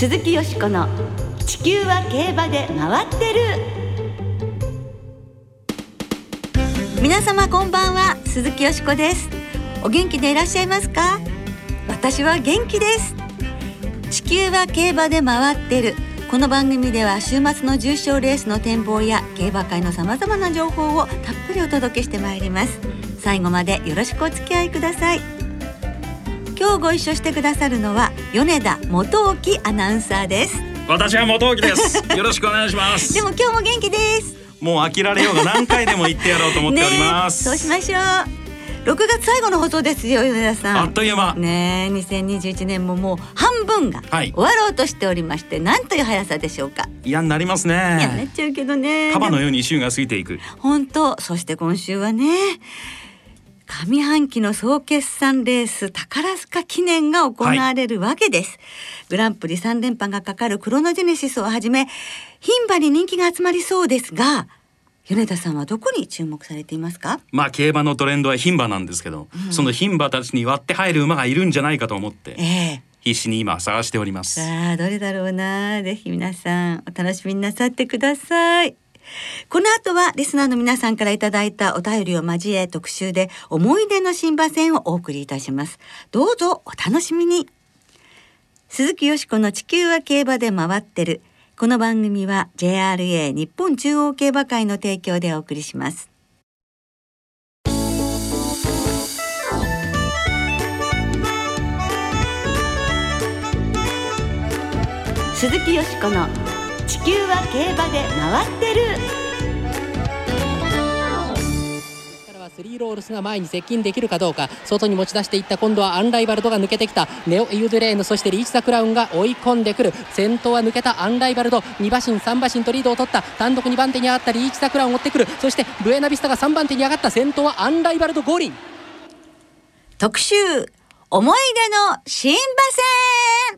鈴木よしこの地球は競馬で回ってる。皆様こんばんは、鈴木よしこです。お元気でいらっしゃいますか？私は元気です。地球は競馬で回ってる。この番組では週末の重賞レースの展望や競馬界のさまざまな情報をたっぷりお届けしてまいります。最後までよろしくお付き合いください。今日ご一緒してくださるのは米田元興アナウンサーです。 私は元興ですよろしくお願いしますでも今日も元気です。 もう飽きられようが何回でも言ってやろうと思っております、 そうしましょう。6月最後の放送ですよ、米田さん。 あっという間ね。2021年ももう半分が終わろうとしておりまして、なんという速さでしょうか。 嫌になりますね。 嫌になっちゃうけどね。 束のように週が過ぎていく。 本当。そして今週はね、上半期の総決算レース宝塚記念が行われるわけです、グランプリ3連覇がかかるクロノジェネシスをはじめ牝馬に人気が集まりそうですが、米田さんはどこに注目されていますか？ 競馬のトレンドは牝馬なんですけど、その牝馬たちに割って入る馬がいるんじゃないかと思って、必死に今探しております。 さあどれだろうな。ぜひ皆さんお楽しみになさってください。この後はリスナーの皆さんからいただいたお便りを交え特集で思い出の新馬戦をお送りいたします。どうぞお楽しみに。鈴木よしこの地球は競馬で回ってる。この番組は JRA 日本中央競馬会の提供でお送りします。鈴木よしこの地球は競馬で回ってる。 スリーロールスが前に接近できるかどうか。外に持ち出していった。今度はアンライバルドが抜けてきた。ネオユードレーヌ、そしてリーチザクラウンが追い込んでくる。先頭は抜けたアンライバルド、2馬身3馬身とリードを取った。単独2番手に上がったリーチザクラウンを追ってくる。そしてブエナビスタが3番手に上がった。先頭はアンライバルド五輪。 特集思い出の新馬戦。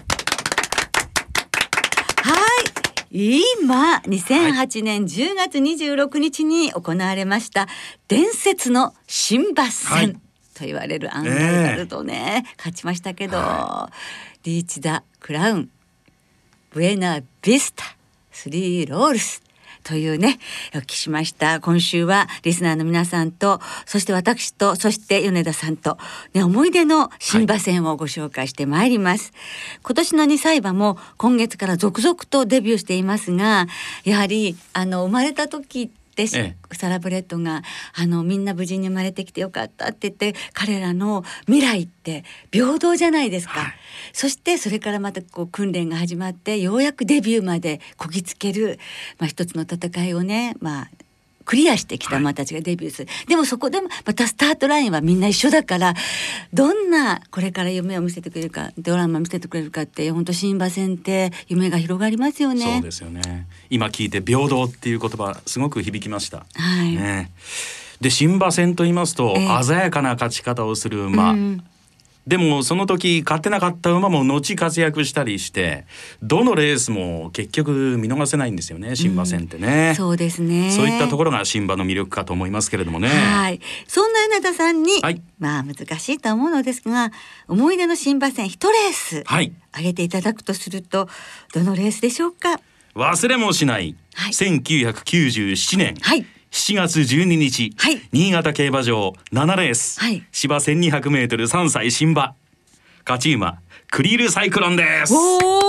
今2008年10月26日に行われました伝説の新馬戦と言われるアンライバルドね、勝ちましたけど、リーチザクラウン、ブエナビスタ、スリーロールスというね、お聞きしました。今週はリスナーの皆さんと、そして私と、そして米田さんと、思い出の新馬戦をご紹介してまいります、今年の2歳馬も今月から続々とデビューしていますが、やはり生まれた時ってサラブレッドがみんな無事に生まれてきてよかったって言って、彼らの未来って平等じゃないですか、そしてそれからまた訓練が始まって、ようやくデビューまでこぎつける、一つの戦いをね、クリアしてきた馬たちがデビューする、でもそこでもまたスタートラインはみんな一緒だから、どんなこれから夢を見せてくれるか、ドラマ見せてくれるかって、本当新馬戦って夢が広がりますよね。 そうですよね。今聞いて平等っていう言葉すごく響きました、で新馬戦と言いますと、鮮やかな勝ち方をする馬、でもその時勝てなかった馬も後活躍したりして、どのレースも結局見逃せないんですよね、新馬戦ってね、 そうですね。 そういったところが新馬の魅力かと思いますけれどもね。 そんな米田さんに、難しいと思うのですが、思い出の新馬戦1レース挙げていただくとすると、どのレースでしょうか？ 忘れもしない、1997年、7月12日、新潟競馬場7レース、芝 1200m 3歳新馬、勝ち馬クリールサイクロンです。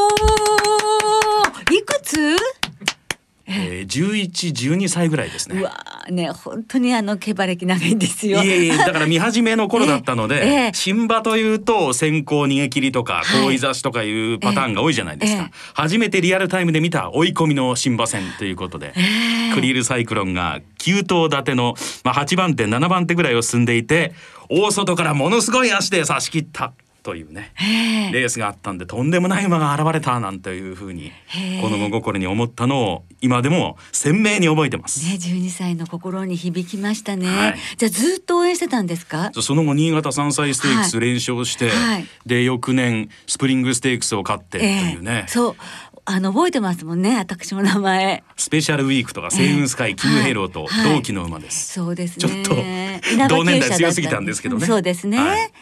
いくつ 11、12歳ぐらいですね。 うわね、本当に競馬歴長いんですよ。 だから見始めの頃だったので、新馬というと先行逃げ切りとか後位差しとかいうパターンが多いじゃないですか、初めてリアルタイムで見た追い込みの新馬戦ということで、クリールサイクロンが9頭立ての、8番手7番手ぐらいを進んでいて、大外からものすごい足で差し切ったというね、レースがあったんで、とんでもない馬が現れたなんていうふうに子供心に思ったのを今でも鮮明に覚えてます、 12歳の心に響きましたね、じゃあずっと応援してたんですか？ その後新潟3歳ステークス連勝して、で翌年スプリングステークスを勝ってというね、 そう覚えてますもんね、私も名前。 スペシャルウィークとかセイウンスカイ、キングヘイローと同期の馬です、 そうですね。 ちょっと同年代強すぎたんですけどね。 そうですね、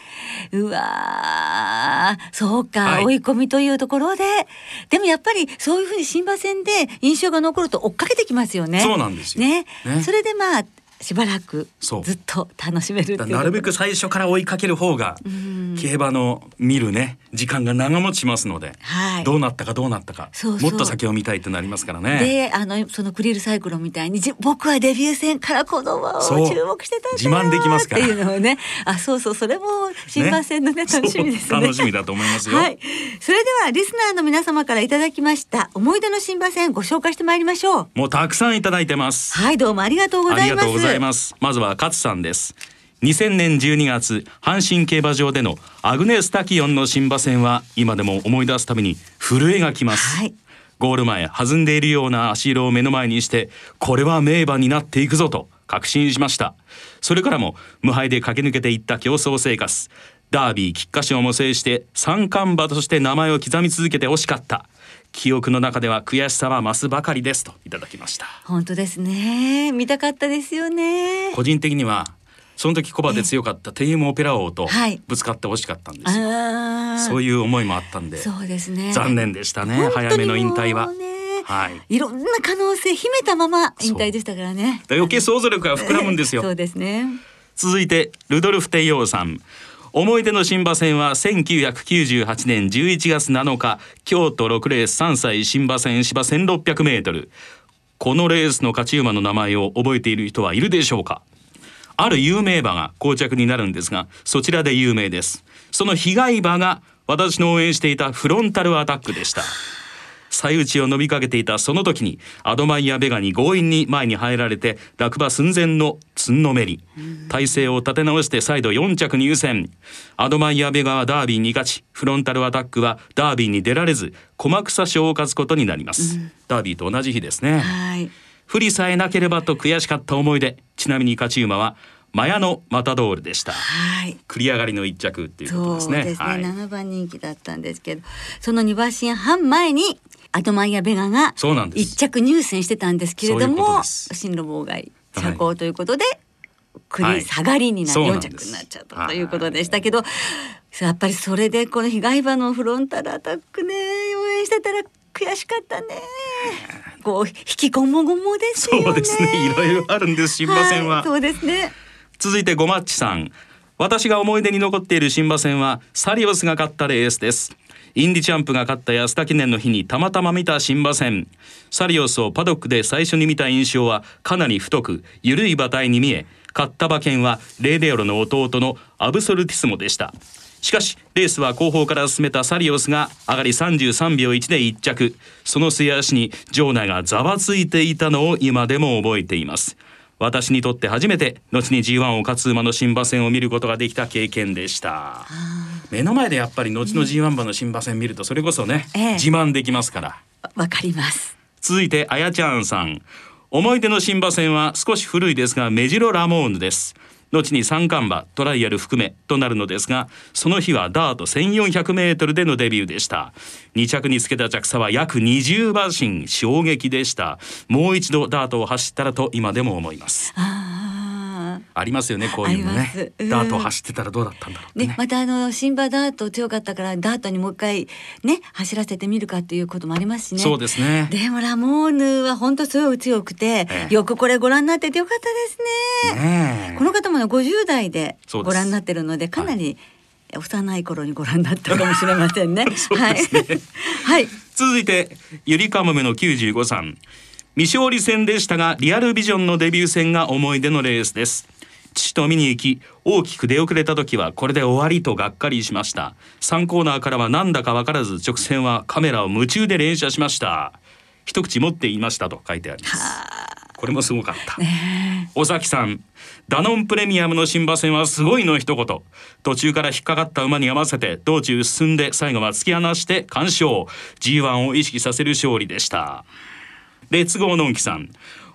うわそうか、 はい、 追い込みというところででもやっぱりそういうふうに新馬戦で印象が残ると追っかけてきますよね。 そうなんですよ、ね、 それでしばらくずっと楽しめるっていう。 なるべく最初から追いかける方が競馬の見るね時間が長持ちますので、はい、どうなったかもっと先を見たいってなりますからね。 でそのクリルサイクロンみたいに僕はデビュー戦からこの馬を注目してたんだ自慢できますからっていうのをねそうそれも新馬戦のね楽しみですね。 楽しみだと思いますよ、 はい、それではリスナーの皆様からいただきました思い出の新馬戦ご紹介してまいりましょう。 もうたくさんいただいてます。 はい、どうもありがとうございます。 ありがとうございます。まずは勝さんです。2000年12月阪神競馬場でのアグネスタキオンの新馬戦は今でも思い出すたびに震えがきます、はい、ゴール前弾んでいるような足色を目の前にしてこれは名馬になっていくぞと確信しました。それからも無敗で駆け抜けていった競争生活、ダービー菊花賞も制して三冠馬として名前を刻み続けて惜しかった。記憶の中では悔しさは増すばかりですといただきました。 本当ですね、見たかったですよね。 個人的にはその時コバで強かったテイエムオペラ王とぶつかって惜しかったんですよ、はい、そういう思いもあったんで、 そうですね、 残念でしたね。早めの引退は、はい、 いろんな可能性秘めたまま引退でしたからね。 余計想像力が膨らむんですよ、 そうですね。 続いてルドルフ・テイオーさん。思い出の新馬戦は1998年11月7日京都6レース3歳新馬戦芝 1600 メートル。このレースの勝ち馬の名前を覚えている人はいるでしょうか。ある有名馬が膠着になるんですがそちらで有名です。その被害馬が私の応援していたフロンタルアタックでした。最打ちを伸びかけていたその時にアドマイヤ・ベガに強引に前に入られて落馬寸前のつんのめり、体勢を立て直して再度4着入線。アドマイヤ・ベガはダービーに勝ちフロンタルアタックはダービーに出られず駒草賞を勝つことになります、ダービーと同じ日ですね、はい、不利さえなければと悔しかった思い出。ちなみに勝ち馬はマヤノマタドールでした、はい、繰り上がりの1着っていうことですね。 そうですね、 はい、 7番人気だったんですけどその2馬身半前にアドマイヤ・ベガが1着入線してたんですけれども進路妨害車高ということで、繰り下がりになって、4着になっちゃったということでしたけど、やっぱりそれでこの被害馬のフロンタルアタックね応援してたら悔しかったね。こう引きこもごもですよね。 そうですね、いろいろあるんです新馬戦は、 はい、そうですね。 続いてゴマッチさん。私が思い出に残っている新馬戦はサリオスが勝ったレースです。インディチャンプが勝った安田記念の日にたまたま見た新馬戦。サリオスをパドックで最初に見た印象はかなり太く緩い馬体に見え、勝った馬券はレーデオロの弟のアブソルティスモでした。しかしレースは後方から進めたサリオスが上がり33秒1で1着。その末脚に場内がざわついていたのを今でも覚えています。私にとって初めて後に G1 を勝つ馬の新馬戦を見ることができた経験でした。目の前でやっぱり後の G1 馬の新馬戦見るとそれこそね、自慢できますから。 わかります。 続いてあやちゃんさん。思い出の新馬戦は少し古いですがメジロラモーヌです。後に三冠馬トライアル含めとなるのですが、その日はダート1400メートルでのデビューでした。2着につけた着差は約20馬身、衝撃でした。もう一度ダートを走ったらと今でも思います。ありますよね、こういうのね、ダートを走ってたらどうだったんだろうね。 また新馬ダート強かったからダートにもう一回ね走らせてみるかっていうこともありますしね。 そうですね。 でもラモーヌは本当すごい強くて、よくこれご覧になっててよかったですね。この方も50代でご覧になってるのでかなり幼い頃にご覧になったかもしれませんね。 そうですね。はい、続いてゆりかもめの95さん。未勝利戦でしたがリアルビジョンのデビュー戦が思い出のレースです。父と見に行き大きく出遅れた時はこれで終わりとがっかりしました。3コーナーからはなんだか分からず直線はカメラを夢中で連写しました。一口持っていましたと書いてあります。これもすごかった、尾崎さん。ダノンプレミアムの新馬戦はすごいの一言。途中から引っかかった馬に合わせて道中進んで最後は突き放して完勝。 G1 を意識させる勝利でした。レッツゴーのんきさん。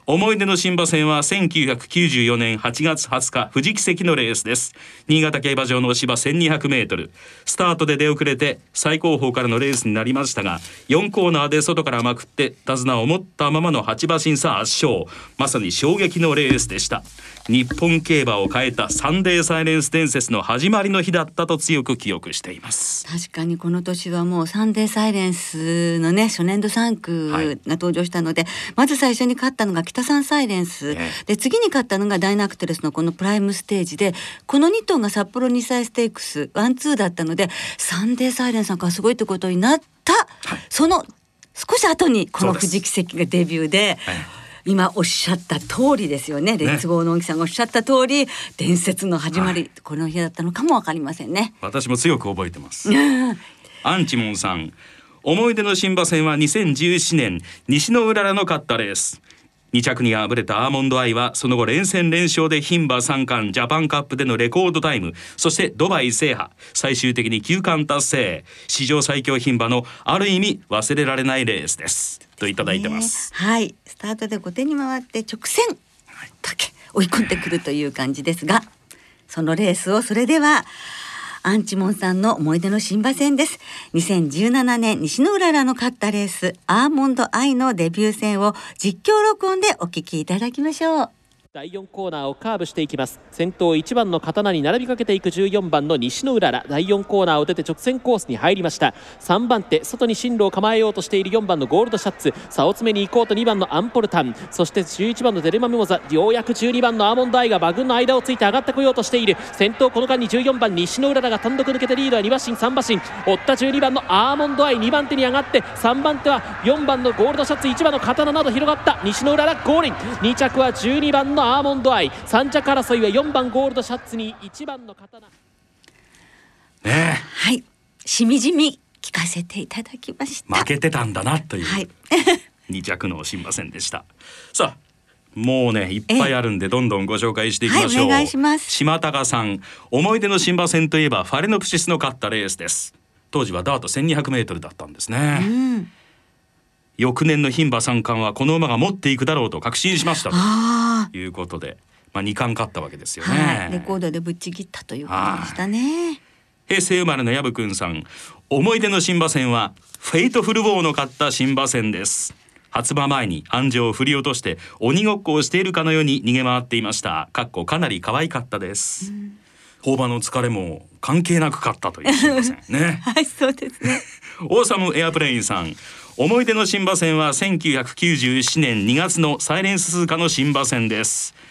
思い出の新馬戦は1994年8月20日富士奇跡のレースです。新潟競馬場の芝 1200m、 スタートで出遅れて最高峰からのレースになりましたが、4コーナーで外からまくって手綱を持ったままの8馬身差圧勝、まさに衝撃のレースでした。日本競馬を変えたサンデーサイレンス伝説の始まりの日だったと強く記憶しています。 確かにこの年はもうサンデーサイレンスのね初年度3区が登場したので、まず最初に勝ったのが北三サイレンス、で次に勝ったのがダイナクトレスのこのプライムステージで、この2頭が札幌2歳ステークス1-2だったので、サンデーサイレンスなんかすごいってことになった、その少し後にこの富士奇跡がデビューで、今おっしゃった通りですよね。レッツゴーの大木さんがおっしゃった通り、伝説の始まり、この日だったのかもわかりませんね。 私も強く覚えてますアンチモンさん、思い出の新馬戦は2017年西の浦和の勝ったレース。2着に敗れたアーモンドアイはその後連戦連勝で牝馬3冠、ジャパンカップでのレコードタイム、そしてドバイ制覇、最終的に9冠達成、史上最強牝馬のある意味忘れられないレースですといただいてます。 はい、スタートで後手に回って直線だけ追い込んでくるという感じですが、そのレースをそれではアンチモンさんの思い出の新馬戦です。2017年西の浦和の勝ったレース、アーモンドアイのデビュー戦を実況録音でお聞きいただきましょう。 第4コーナーをカーブしていきます。先頭1番の刀に並びかけていく14番の西の浦和、第4コーナーを出て直線コースに入りました。3番手、外に進路を構えようとしている4番のゴールドシャツ、差を詰めに行こうと2番のアンポルタン、そして11番のデルマミモザ、ようやく12番のアーモンドアイが馬群の間をついて上がってこようとしている。先頭この間に14番西の浦和が単独抜けてリードは2馬身3馬身、追った12番のアーモンドアイ2番手に上がって、3番手は4番のゴールドシャツ、1番の刀など広がった西の浦和ゴールイン。2着は12番のアーモンドアイ、3着争いは4番ゴールドシャツに1番の刀ね。 はい、しみじみ聞かせていただきました。 負けてたんだなという、2着の新馬戦でした。さあもうねいっぱいあるんでどんどんご紹介していきましょう。 お願いします。 島高さん、思い出の新馬戦といえばファレノプシスの勝ったレースです。当時はダート 1200m だったんですね。翌年の牝馬三冠はこの馬が持っていくだろうと確信しましたということで、2冠勝ったわけですよね。 レコードでぶっちぎったということでしたね。 平成生まれの矢部くんさん、思い出の新馬戦はフェイトフルウォーの勝った新馬戦です。初馬前に安城を振り落として鬼ごっこをしているかのように逃げ回っていました。かなり可愛かったです。放馬の疲れも関係なく勝ったという新馬戦ねはい、そうですねオーサムエアプレインさん、思い出の新馬戦は1997年2月のサイレンス鈴鹿の新馬戦です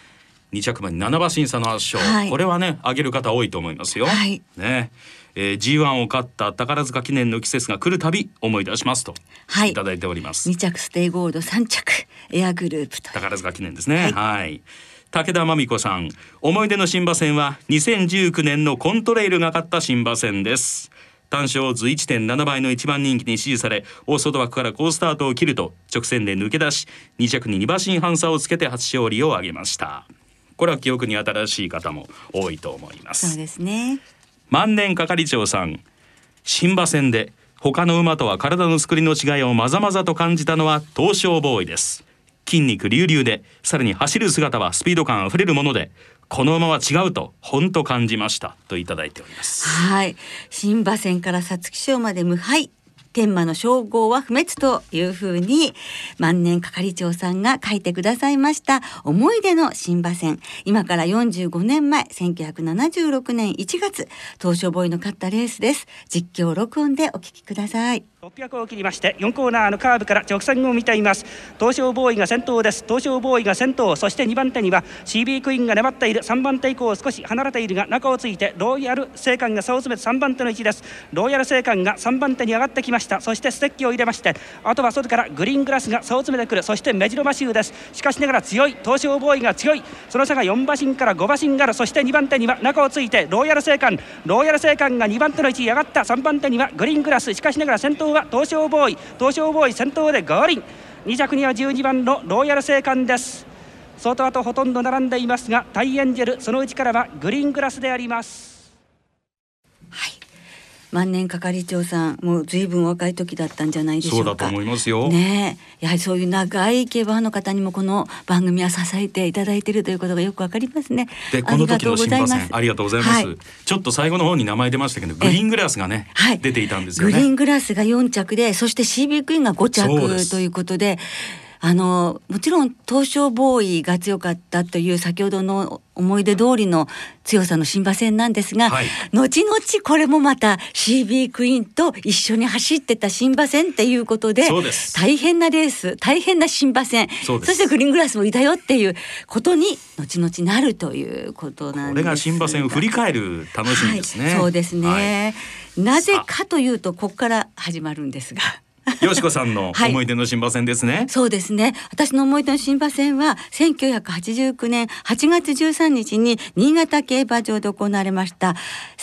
。2着馬に7馬身差の圧勝、これはね上げる方多いと思いますよ、ね。G1 を勝った宝塚記念の季節が来るたび思い出しますといただいております。 2着ステイゴールド、3着エアグループと宝塚記念ですね。武田真美子さん、思い出の新馬戦は2019年のコントレイルが勝った新馬戦です。単勝図 1.7 倍の一番人気に支持され、大外枠から好スタートを切ると直線で抜け出し、2着に2馬身半差をつけて初勝利を挙げました。これは記憶に新しい方も多いと思います。 そうですね。 万年係長さん、新馬戦で他の馬とは体の作りの違いをまざまざと感じたのは東証ボーイです。筋肉隆々で、さらに走る姿はスピード感あふれるもので、この馬は違うと本当感じましたといただいております。 新馬戦から皐月賞まで無敗、天馬の称号は不滅というふうに万年係長さんが書いてくださいました思い出の新馬戦。今から45年前1976年1月東証ボーイの勝ったレースです。実況録音でお聞きください。 600を切りまして4コーナーのカーブから直線を見ています。東証ボーイが先頭です。東証ボーイが先頭、そして2番手には CB クイーンが粘っている。3番手以降少し離れているが中をついてロイヤルセーカンが差を詰めて3番手の位置です。ロイヤルセーカンが3番手に上がってきました。そしてステッキを入れまして、あとは外からグリーングラスが差を詰めてくる。そしてメジロマシューです。しかしながら強い東証ボーイが強い。その差が4馬身から5馬身がある。そして2番手には中をついてロイヤルセーカンが2番手の位置に上がった。3番手にはグリーングラス。しかしながら先頭は東証ボーイ先頭でゴールイン。2着には12番のロイヤルセーカンです。外はとほとんど並んでいますが、タイエンジェルそのうちからはグリーングラスであります。 万年係長さんもう随分若い時だったんじゃないでしょうか。 そうだと思いますよ。 ねえ、やはりそういう長い競馬ファンの方にもこの番組は支えていただいているということがよくわかりますね。 でこの時の新馬戦ありがとうございます、 はい、 ちょっと最後の方に名前出ましたけどグリーングラスがね、 はい、 出ていたんですよね。 グリーングラスが4着で、そして CB クイーンが5着ということで、もちろん東証ボーイが強かったという先ほどの思い出通りの強さの新馬戦なんですが、はい、後々これもまた CB クイーンと一緒に走ってた新馬戦っていうことで、大変なレース、大変な新馬戦、 そしてグリーングラスもいたよっていうことに後々なるということなんです。 これが新馬戦を振り返る楽しみですね、 はい、そうですね、はい、なぜかというとここから始まるんですがよしこさんの思い出の新馬戦ですね、 はい、そうですね。私の思い出の新馬戦は1989年8月13日に新潟競馬場で行われました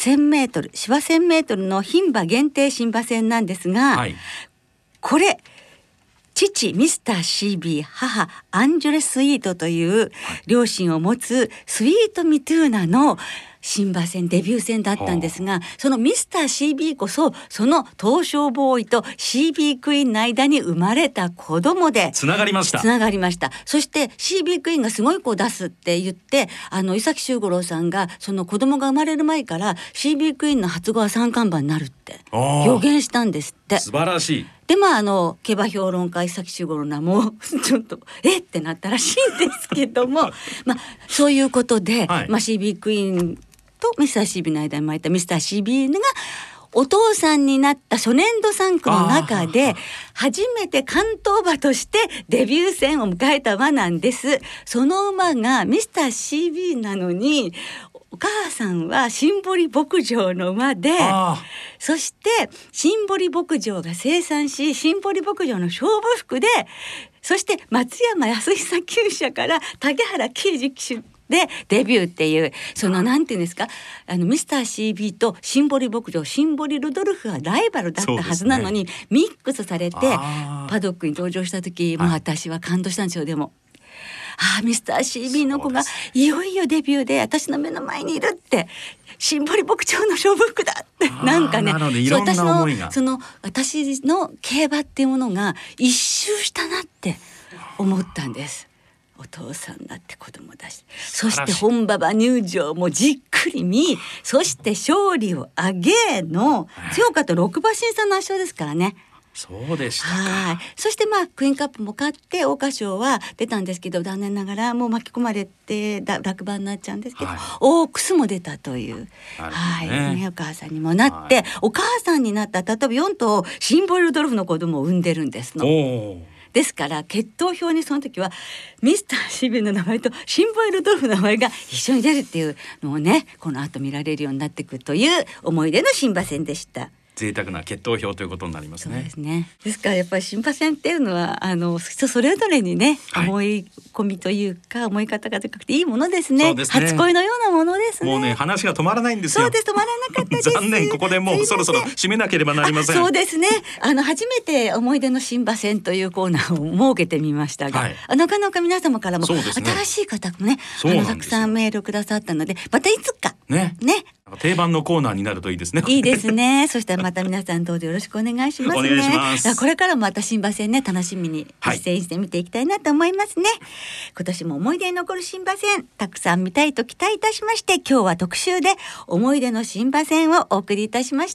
1000m芝 1000m の牝馬限定新馬戦なんですが、はい、これ父ミスター CB 母アンジュレスイートという両親を持つスイートミトゥーナの新馬戦デビュー戦だったんですが、そのミスター CB こそその東証ボーイと CB クイーンの間に生まれた子供でつながりました。 そして CB クイーンがすごい子を出すって言って伊崎修五郎さんがその子供が生まれる前から CB クイーンの初語は三冠馬になるって予言したんですって。 素晴らしい。 で競馬評論家伊崎修五郎なもちょっとってなったらしいんですけどもそういうことで、はい、CB クイーンとミスター CB の間に生まれたミスター CB がお父さんになった初年度3区の中で初めて関東馬としてデビュー戦を迎えた馬なんです。その馬がミスター CB なのにお母さんはシンボリ牧場の馬で、そしてシンボリ牧場が生産しシンボリ牧場の勝負服で、そして松山康久厩舎から竹原啓二騎手でデビューっていうなんていうんですかミスター CB とシンボリ牧場シンボリルドルフはライバルだったはずなのに、ミックスされてパドックに登場した時もう私は感動したんですよ。でもミスター CB の子がいよいよデビューで私の目の前にいるってシンボリ牧場の勝負服だってなんかね、私の競馬っていうものが一周したなって思ったんです。お父さんだって子供だし、そして本馬場入場もじっくり見、そして勝利を挙げの強かった6馬身差の圧勝ですからね。 そうでしたか。 はい。そしてクイーンカップも勝って桜花賞は出たんですけど、残念ながらもう巻き込まれて落馬になっちゃうんですけど、オークスも出たという、お母さんにもなって、お母さんになった例えば4頭シンボリルドルフの子供を産んでるんですの。ですから決闘表にその時はミスター CB の名前とシンボリルドルフの名前が一緒に出るっていうのをね、この後見られるようになっていくという思い出の新馬戦でした。 贅沢な決闘表ということになりますね。 そうですね。ですからやっぱり新馬戦っていうのは人それぞれにね、思い込みというか思い方がでかくていいものですね。 そうですね。 初恋のようなものですね。 もうね話が止まらないんですよ。 そうです、止まらなかったです。 残念、ここでもうそろそろ締めなければなりません。 そうですね。初めて思い出の新馬戦というコーナーを設けてみましたが、なかなか皆様からも、新しい方もねたくさんメールくださったので、またいつかね定番のコーナーになるといいですね。 いいですね。そしたらまた皆さんどうぞよろしくお願いしますね。 お願いします。 これからもまた新馬戦ね、楽しみに実践してみていきたいなと思いますね。今年も思い出に残る新馬戦たくさん見たいと期待いたしまして、今日は特集で思い出の新馬戦をお送りいたしました。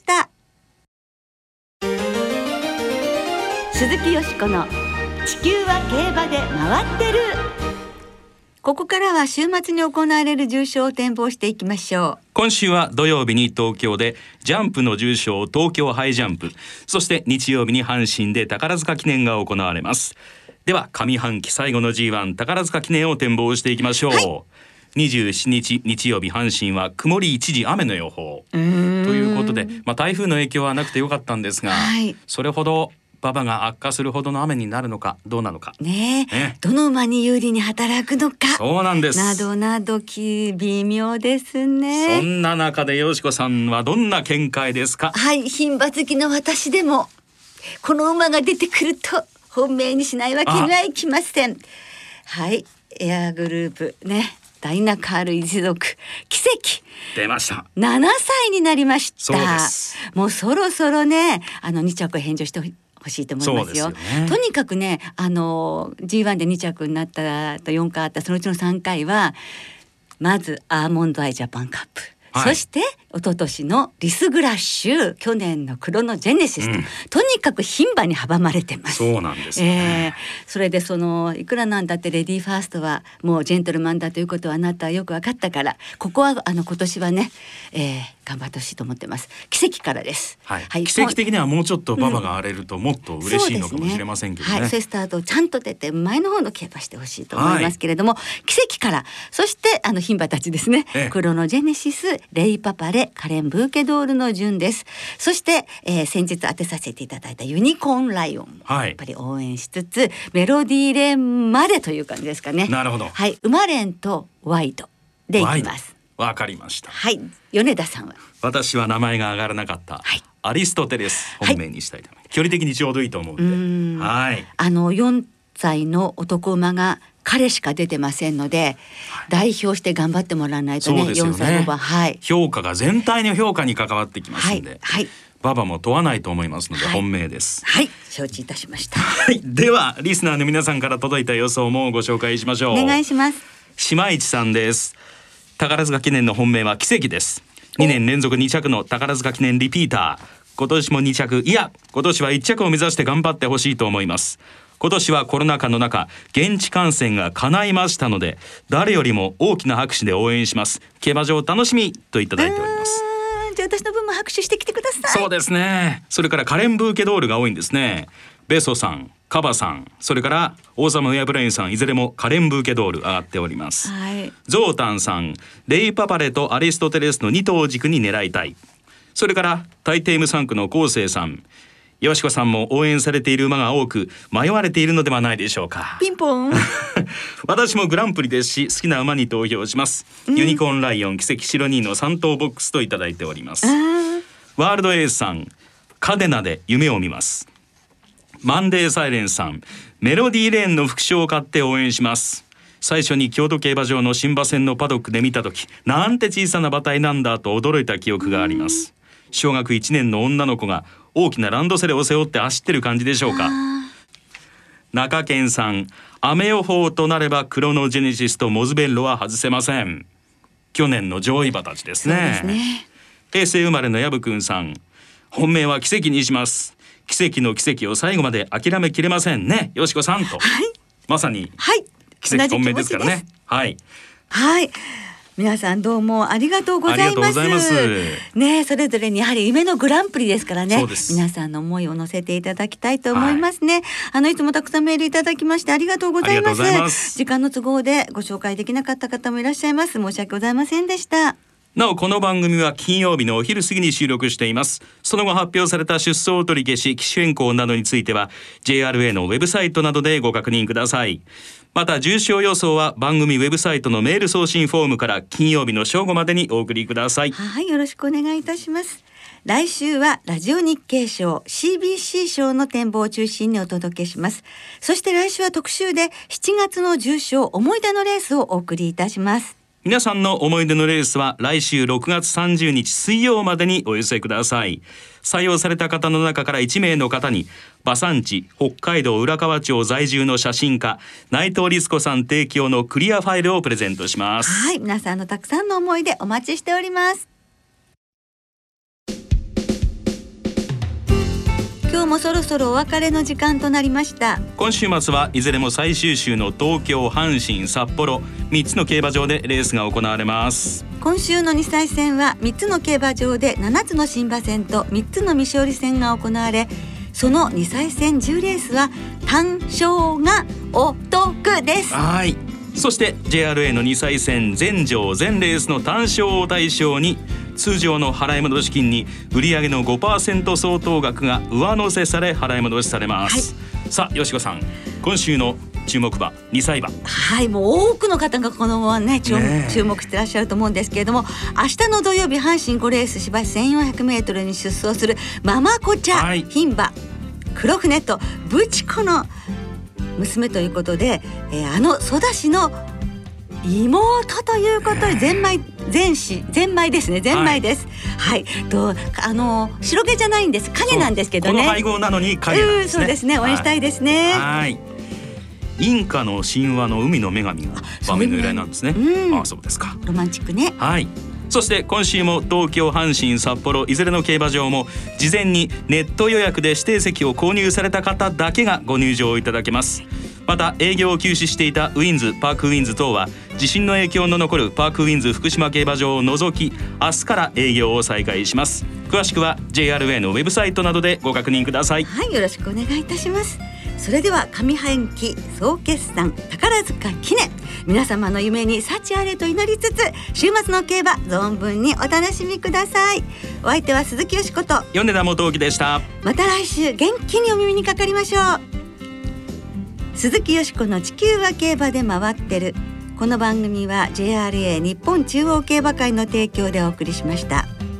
鈴木よしこの地球は競馬で回ってる。ここからは週末に行われる重賞を展望していきましょう。 今週は土曜日に東京でジャンプの重賞東京ハイジャンプ、そして日曜日に阪神で宝塚記念が行われます。では上半期最後の G1 宝塚記念を展望していきましょう。27日日曜日阪神は曇り一時雨の予報ということで、台風の影響はなくてよかったんですが、それほど馬場が悪化するほどの雨になるのかどうなのかね、 どの馬に有利に働くのか、 そうなんです、 などなど微妙ですね。 そんな中でよしこさんはどんな見解ですか？ 牝馬好きの私でもこの馬が出てくると本命にしないわけにはいきません。エアグループね、ダイナカール一族奇跡出ました。 7歳になりました。 そうです。 もうそろそろね2着返上してほしいと思いますよ。 そうですよね。 とにかくねG1 で2着になったと4回あったそのうちの3回はまずアーモンドアイジャパンカップ、はい、そして一昨年のリスグラッシュ、去年のクロノジェネシスと、とにかく牝馬に阻まれてます。 そうなんですね。 それでいくらなんだってレディーファーストはもうジェントルマンだということはあなたはよく分かったから、ここは今年はね、頑張ってほしいと思ってます。奇跡からです、 はいはい、奇跡的にはもうちょっと馬場が荒れるともっと嬉しいのかもしれませんけどね。 そういうスタートをちゃんと出て前の方の競馬してほしいと思いますけれども、奇跡から、そして牝馬たちですね、クロノジェネシス、レイパパレ、カレンブーケドールの順です。そして、先日当てさせていただいたユニコーンライオン、やっぱり応援しつつメロディーレーンまでという感じですかね。 なるほど、 はい、馬連とワイドでいきます。 わかりました。 はい、米田さんは？ 私は名前が上がらなかった、はい、アリストテレス本命にしたいと思います、はい、距離的にちょうどいいと思うんで、はい、 4歳の男馬が彼しか出てませんので、はい、代表して頑張ってもらわないとね。 そうですよね。 4歳の馬、はい、 評価が全体の評価に関わってきますので、はいはい、馬場も問わないと思いますので、はい、本命です。 はい、承知いたしました。 はい、ではリスナーの皆さんから届いた予想もご紹介しましょう。 お願いします。 島市さんです。宝塚記念の本命は奇跡です。2年連続2着の宝塚記念リピーター、今年も2着、いや今年は1着を目指して頑張ってほしいと思います。今年はコロナ禍の中現地観戦が叶いましたので、誰よりも大きな拍手で応援します。競馬場楽しみといただいております。 じゃあ私の分も拍手してきてください。 そうですね。それからカレンブーケドールが多いんですね。ベソさん、カバさん、それから王様ウェアブレインさん、いずれもカレンブーケドール上がっております、はい、ゾータンさん、レイパパレとアリストテレスの2頭軸に狙いたい。それからタイテイム3区の昴生さん、よしこさんも応援されている馬が多く迷われているのではないでしょうか。 ピンポン私もグランプリですし好きな馬に投票します、ユニコーンライオン、奇跡白2の3頭ボックスといただいております。ワールドエースさん、カデナで夢を見ます。マンデーサイレンさん、メロディーレーンの副賞を買って応援します。最初に京都競馬場の新馬戦のパドックで見た時、なんて小さな馬体なんだと驚いた記憶があります。小学1年の女の子が大きなランドセルを背負って走ってる感じでしょうか。中堅さん、アメオフォーとなればクロノジェネシスとモズベッロは外せません。去年の上位馬たちですね。 そうですね。 平成生まれのヤブくんさん、本命は奇跡にします。奇跡の奇跡を最後まで諦めきれませんね、よしこさんと、はい、まさに奇跡本命ですからね。はい、はい、 皆さんどうもありがとうございます。ね、それぞれにやはり夢のグランプリですからね、皆さんの思いを乗せていただきたいと思いますね、はい、いつもたくさんメールいただきましてありがとうございます。時間の都合でご紹介できなかった方もいらっしゃいます。申し訳ございませんでした。 なおこの番組は金曜日のお昼過ぎに収録しています。その後発表された出走取り消し、機種変更などについては JRA のウェブサイトなどでご確認ください。また重賞予想は番組ウェブサイトのメール送信フォームから金曜日の正午までにお送りください。 はい、よろしくお願いいたします。来週はラジオ日経賞 CBC 賞の展望を中心にお届けします。そして来週は特集で7月の重賞思い出のレースをお送りいたします。 皆さんの思い出のレースは来週6月30日水曜までにお寄せください。採用された方の中から1名の方に馬産地北海道浦河町在住の写真家内藤律子さん提供のクリアファイルをプレゼントします。 はい、皆さんのたくさんの思い出お待ちしております。今日もそろそろお別れの時間となりました。 今週末はいずれも最終週の東京、阪神、札幌3つの競馬場でレースが行われます。 今週の2歳戦は3つの競馬場で7つの新馬戦と3つの未勝利戦が行われ、その2歳戦10レースは単勝がお得です。 はい、そして JRA の2歳戦全場全レースの単勝を対象に通常の払い戻し金に売上の 5% 相当額が上乗せされ払い戻しされます、はい、さあよしこさん、今週の注目馬2歳馬、 はい、もう多くの方がこの馬ね注目してらっしゃると思うんですけれども、明日の土曜日阪神5レース芝 1400m に出走するママコチャ、はい、牝馬黒船とブチコの娘ということで、ソダシの妹ということでゼンマイですね。ゼンマイです。はい。白毛じゃないんです。影なんですけどね。 この配合なのに影なんですね。 そうですね。応援したいですね。 はい。インカの神話の海の女神が場面の由来なんですね。そうですか。 ロマンチックね。 はい。そして今週も東京、阪神、札幌いずれの競馬場も事前にネット予約で指定席を購入された方だけがご入場いただけます。また営業を休止していたウィンズ、パークウィンズ等は地震の影響の残るパークウィンズ福島競馬場を除き明日から営業を再開します。詳しくは JRA のウェブサイトなどでご確認ください。 はい、よろしくお願いいたします。それでは上半期総決算宝塚記念、皆様の夢に幸あれと祈りつつ週末の競馬存分にお楽しみください。お相手は鈴木よしこと米田元樹でした。 また来週元気にお耳にかかりましょう。鈴木よしこの地球は競馬で回ってる。この番組は JRA 日本中央競馬会の提供でお送りしました。